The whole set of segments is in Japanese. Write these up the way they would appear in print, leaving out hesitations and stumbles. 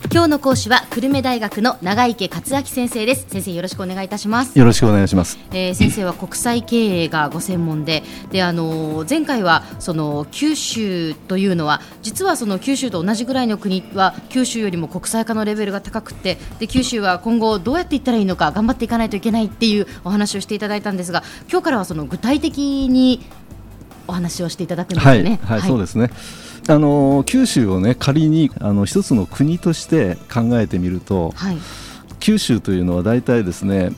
今日の講師は久留米大学の長池克明先生です。先生、よろしくお願いいたします。 よろしくお願いします。 先生は国際経営がご専門で、前回はその九州というのは実はその九州と同じぐらいの国は九州よりも国際化のレベルが高くて、で九州は今後どうやっていったらいいのか頑張っていかないといけないっていうお話をしていただいたんですが、今日からはその具体的にお話をしていただくんですね。 はい、そうですね。九州をね、仮に一つの国として考えてみると、九州というのは大体ですね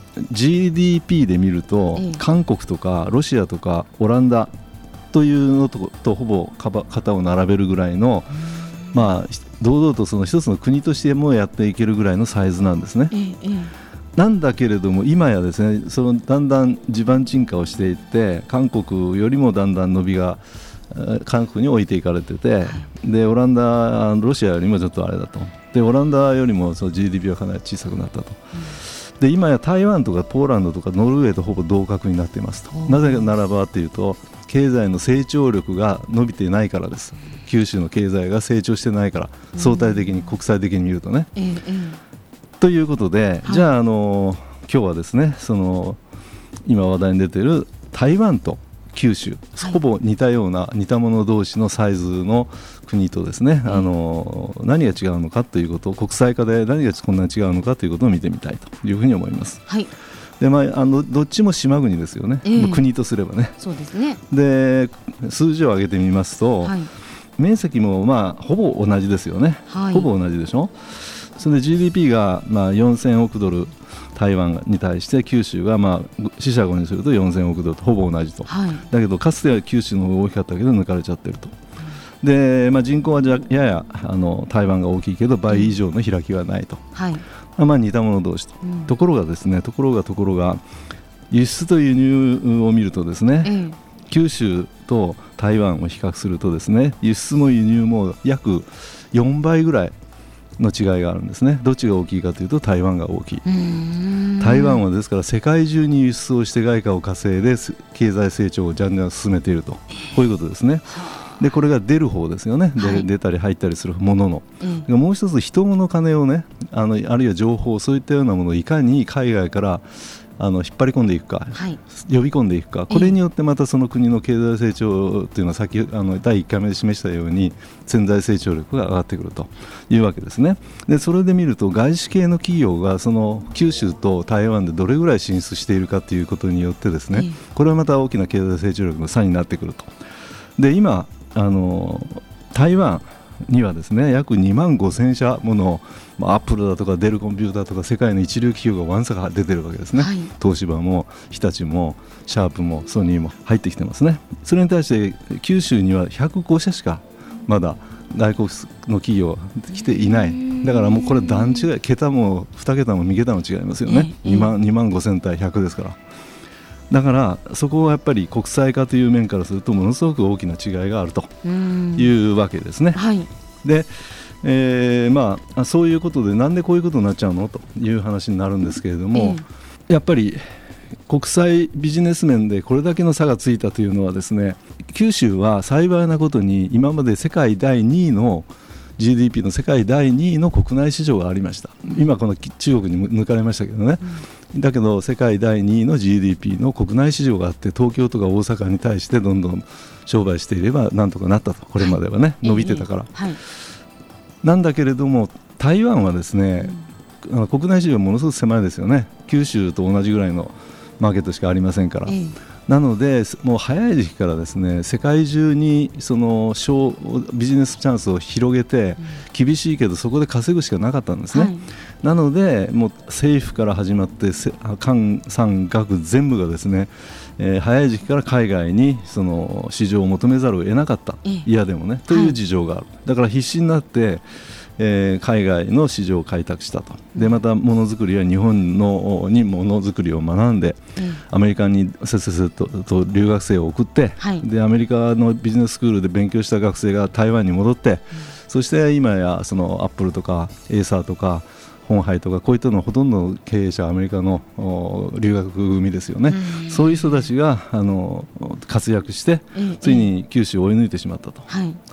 GDP で見ると、韓国とかロシアとかオランダというのとほぼ肩を並べるぐらいの、堂々とその一つの国としてもやっていけるぐらいのサイズなんですね。なんだけれども今やですね、だんだん地盤沈下をしていって、韓国よりもだんだん伸びが韓国に置いていかれてて、でオランダ、ロシアよりもちょっとあれだと。でオランダよりもその GDP はかなり小さくなったと。で今や台湾とかポーランドとかノルウェーとほぼ同格になっていますと。なぜならばというと、経済の成長力が伸びていないからです。九州の経済が成長してないから、相対的に国際的に見るとね、ということで、じゃあ、今日はですね、今話題に出ている台湾と九州、ほぼ似たような似た者同士のサイズの国とですね、何が違うのかということを、国際化で何がこんなに違うのかということを見てみたいというふうに思います。でどっちも島国ですよね、国とすればね。 そうですね。 で数字を上げてみますと、面積もほぼ同じですよね、ほぼ同じでしょ。それで GDP が4000億ドル台湾に対して九州が四捨五入すると4000億ドルとほぼ同じと、だけどかつては九州の方が大きかったけど抜かれちゃってると。で、人口はやや台湾が大きいけど倍以上の開きはないと、似た者同士と、ところがですね、ところが輸出と輸入を見るとですね、九州と台湾を比較するとですね、輸出も輸入も約4倍ぐらいの違いがあるんですね。どっちが大きいかというと台湾が大きい。台湾はですから世界中に輸出をして外貨を稼いで経済成長をじゃんじゃん進めていると、こういうことですね。でこれが出る方ですよね、出たり入ったりするものの、もう一つ人物金をね、あるいは情報、そういったようなものをいかに海外から引っ張り込んでいくか、呼び込んでいくか、これによってまたその国の経済成長というのは第1回目で示したように潜在成長力が上がってくるというわけですね。でそれで見ると外資系の企業がその九州と台湾でどれぐらい進出しているかということによってですね、これはまた大きな経済成長力の差になってくると。で今台湾にはですね、約2万5000社ものアップルだとかデルコンピューターとか世界の一流企業がわんさか出てるわけですね。東芝も日立もシャープもソニーも入ってきてますね。それに対して九州には105社しかまだ外国の企業が来ていない。だからもうこれ段違い、桁も2桁も3桁も違いますよね。2万5000対100ですから。だからそこはやっぱり国際化という面からするとものすごく大きな違いがあるというわけですね。で、そういうことでなんでこういうことになっちゃうのという話になるんですけれども、やっぱり国際ビジネス面でこれだけの差がついたというのはですね、九州は幸いなことに今まで世界第2位の GDP の世界第2位の国内市場がありました。今この中国に抜かれましたけどね、だけど世界第2位の GDP の国内市場があって、東京とか大阪に対してどんどん商売していればなんとかなったと。これまではね、伸びてたから、なんだけれども台湾はですね、国内市場ものすごく狭いですよね。九州と同じぐらいのマーケットしかありませんから、なのでもう早い時期からですね、世界中にそのビジネスチャンスを広げて、厳しいけどそこで稼ぐしかなかったんですね。なのでもう政府から始まって官産学全部がですね、早い時期から海外にその市場を求めざるを得なかった、嫌でもねという事情がある。だから必死になって海外の市場を開拓したと。でまたものづくりは日本にものづくりを学んで、アメリカにせっせと留学生を送って、でアメリカのビジネススクールで勉強した学生が台湾に戻って、そして今やそのアップルとかエーサーとかホンハイとかこういったのほとんどの経営者はアメリカの留学組ですよね。そういう人たちが活躍して、ついに九州を追い抜いてしまったと。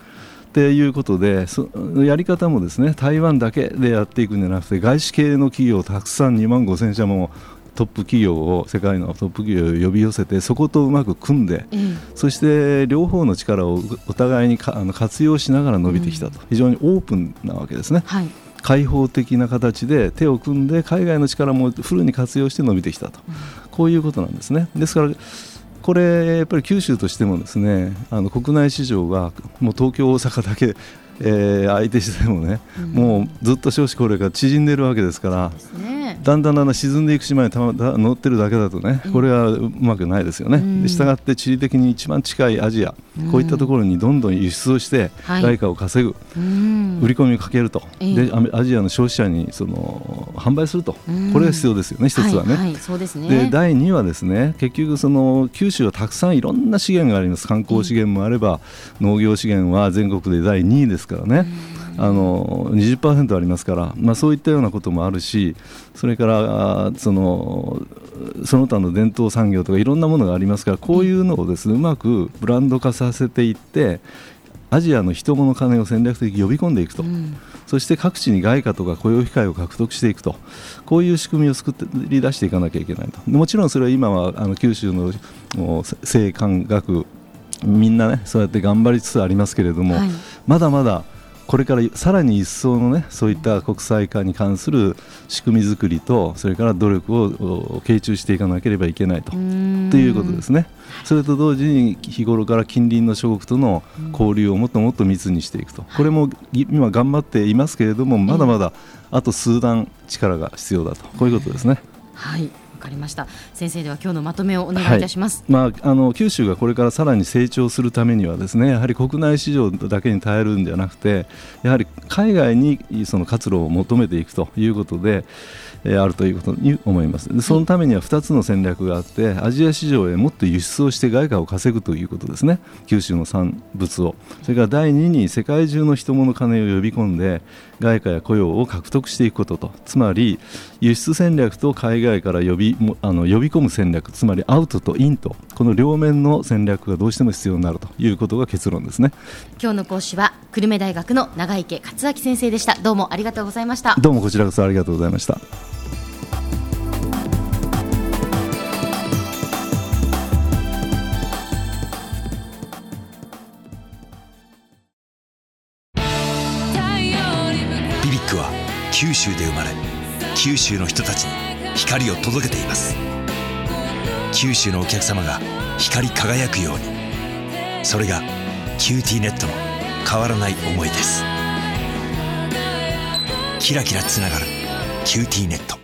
っていうことで、やり方もですね、台湾だけでやっていくんじゃなくて、外資系の企業たくさん2万5000社もトップ企業を、世界のトップ企業を呼び寄せて、そことうまく組んで、そして両方の力をお互いに活用しながら伸びてきたと、非常にオープンなわけですね、はい、開放的な形で手を組んで海外の力もフルに活用して伸びてきたと、こういうことなんですね。ですからこれやっぱり九州としてもですね、国内市場がもう東京大阪だけ、相手してもね、もうずっと少子高齢化縮んでいるわけですから、だんだん沈んでいく島に乗ってるだけだとね、これはうまくないですよね。したがって地理的に一番近いアジア、こういったところにどんどん輸出をして外貨を稼ぐ、売り込みをかけると、でアジアの消費者に販売すると、これが必要ですよね、一つはね。 そうですね。 で第2はですね、結局九州はたくさんいろんな資源があります。観光資源もあれば、農業資源は全国で第2位ですからね、20% ありますから、そういったようなこともあるし、それからその他の伝統産業とかいろんなものがありますから、こういうのをですね、うまくブランド化させていって、アジアの人物金を戦略的に呼び込んでいくと、そして各地に外貨とか雇用機会を獲得していくと、こういう仕組みを作り出していかなきゃいけないと。もちろんそれは今は九州の政官学みんなね、そうやって頑張りつつありますけれども、まだまだこれからさらに一層のね、そういった国際化に関する仕組み作りと、それから努力を傾注していかなければいけないということですね。それと同時に日頃から近隣の諸国との交流をもっともっと密にしていくと、これも今頑張っていますけれども、まだまだあと数段力が必要だと、こういうことですね。 はい、わかりました。先生、では今日のまとめをお願いいたします。 九州がこれからさらに成長するためにはですね、やはり国内市場だけに頼るんじゃなくて、やはり海外にその活路を求めていくということで、あるということに思います。でそのためには2つの戦略があって、アジア市場へもっと輸出をして外貨を稼ぐということですね、九州の産物を。それから第2に世界中の人物金を呼び込んで外貨や雇用を獲得していくことと、つまり輸出戦略と海外から呼び込む戦略、つまりアウトとインと、この両面の戦略がどうしても必要になるということが結論ですね。 今日の講師は久留米大学の長池克明先生でした。どうもありがとうございました。 どうもこちらこそありがとうございました。 ビビックは九州で生まれ、九州の人たちに光を届けています。九州のお客様が光り輝くように、それがキューティーネットの変わらない思いです。キラキラつながるキューティーネット。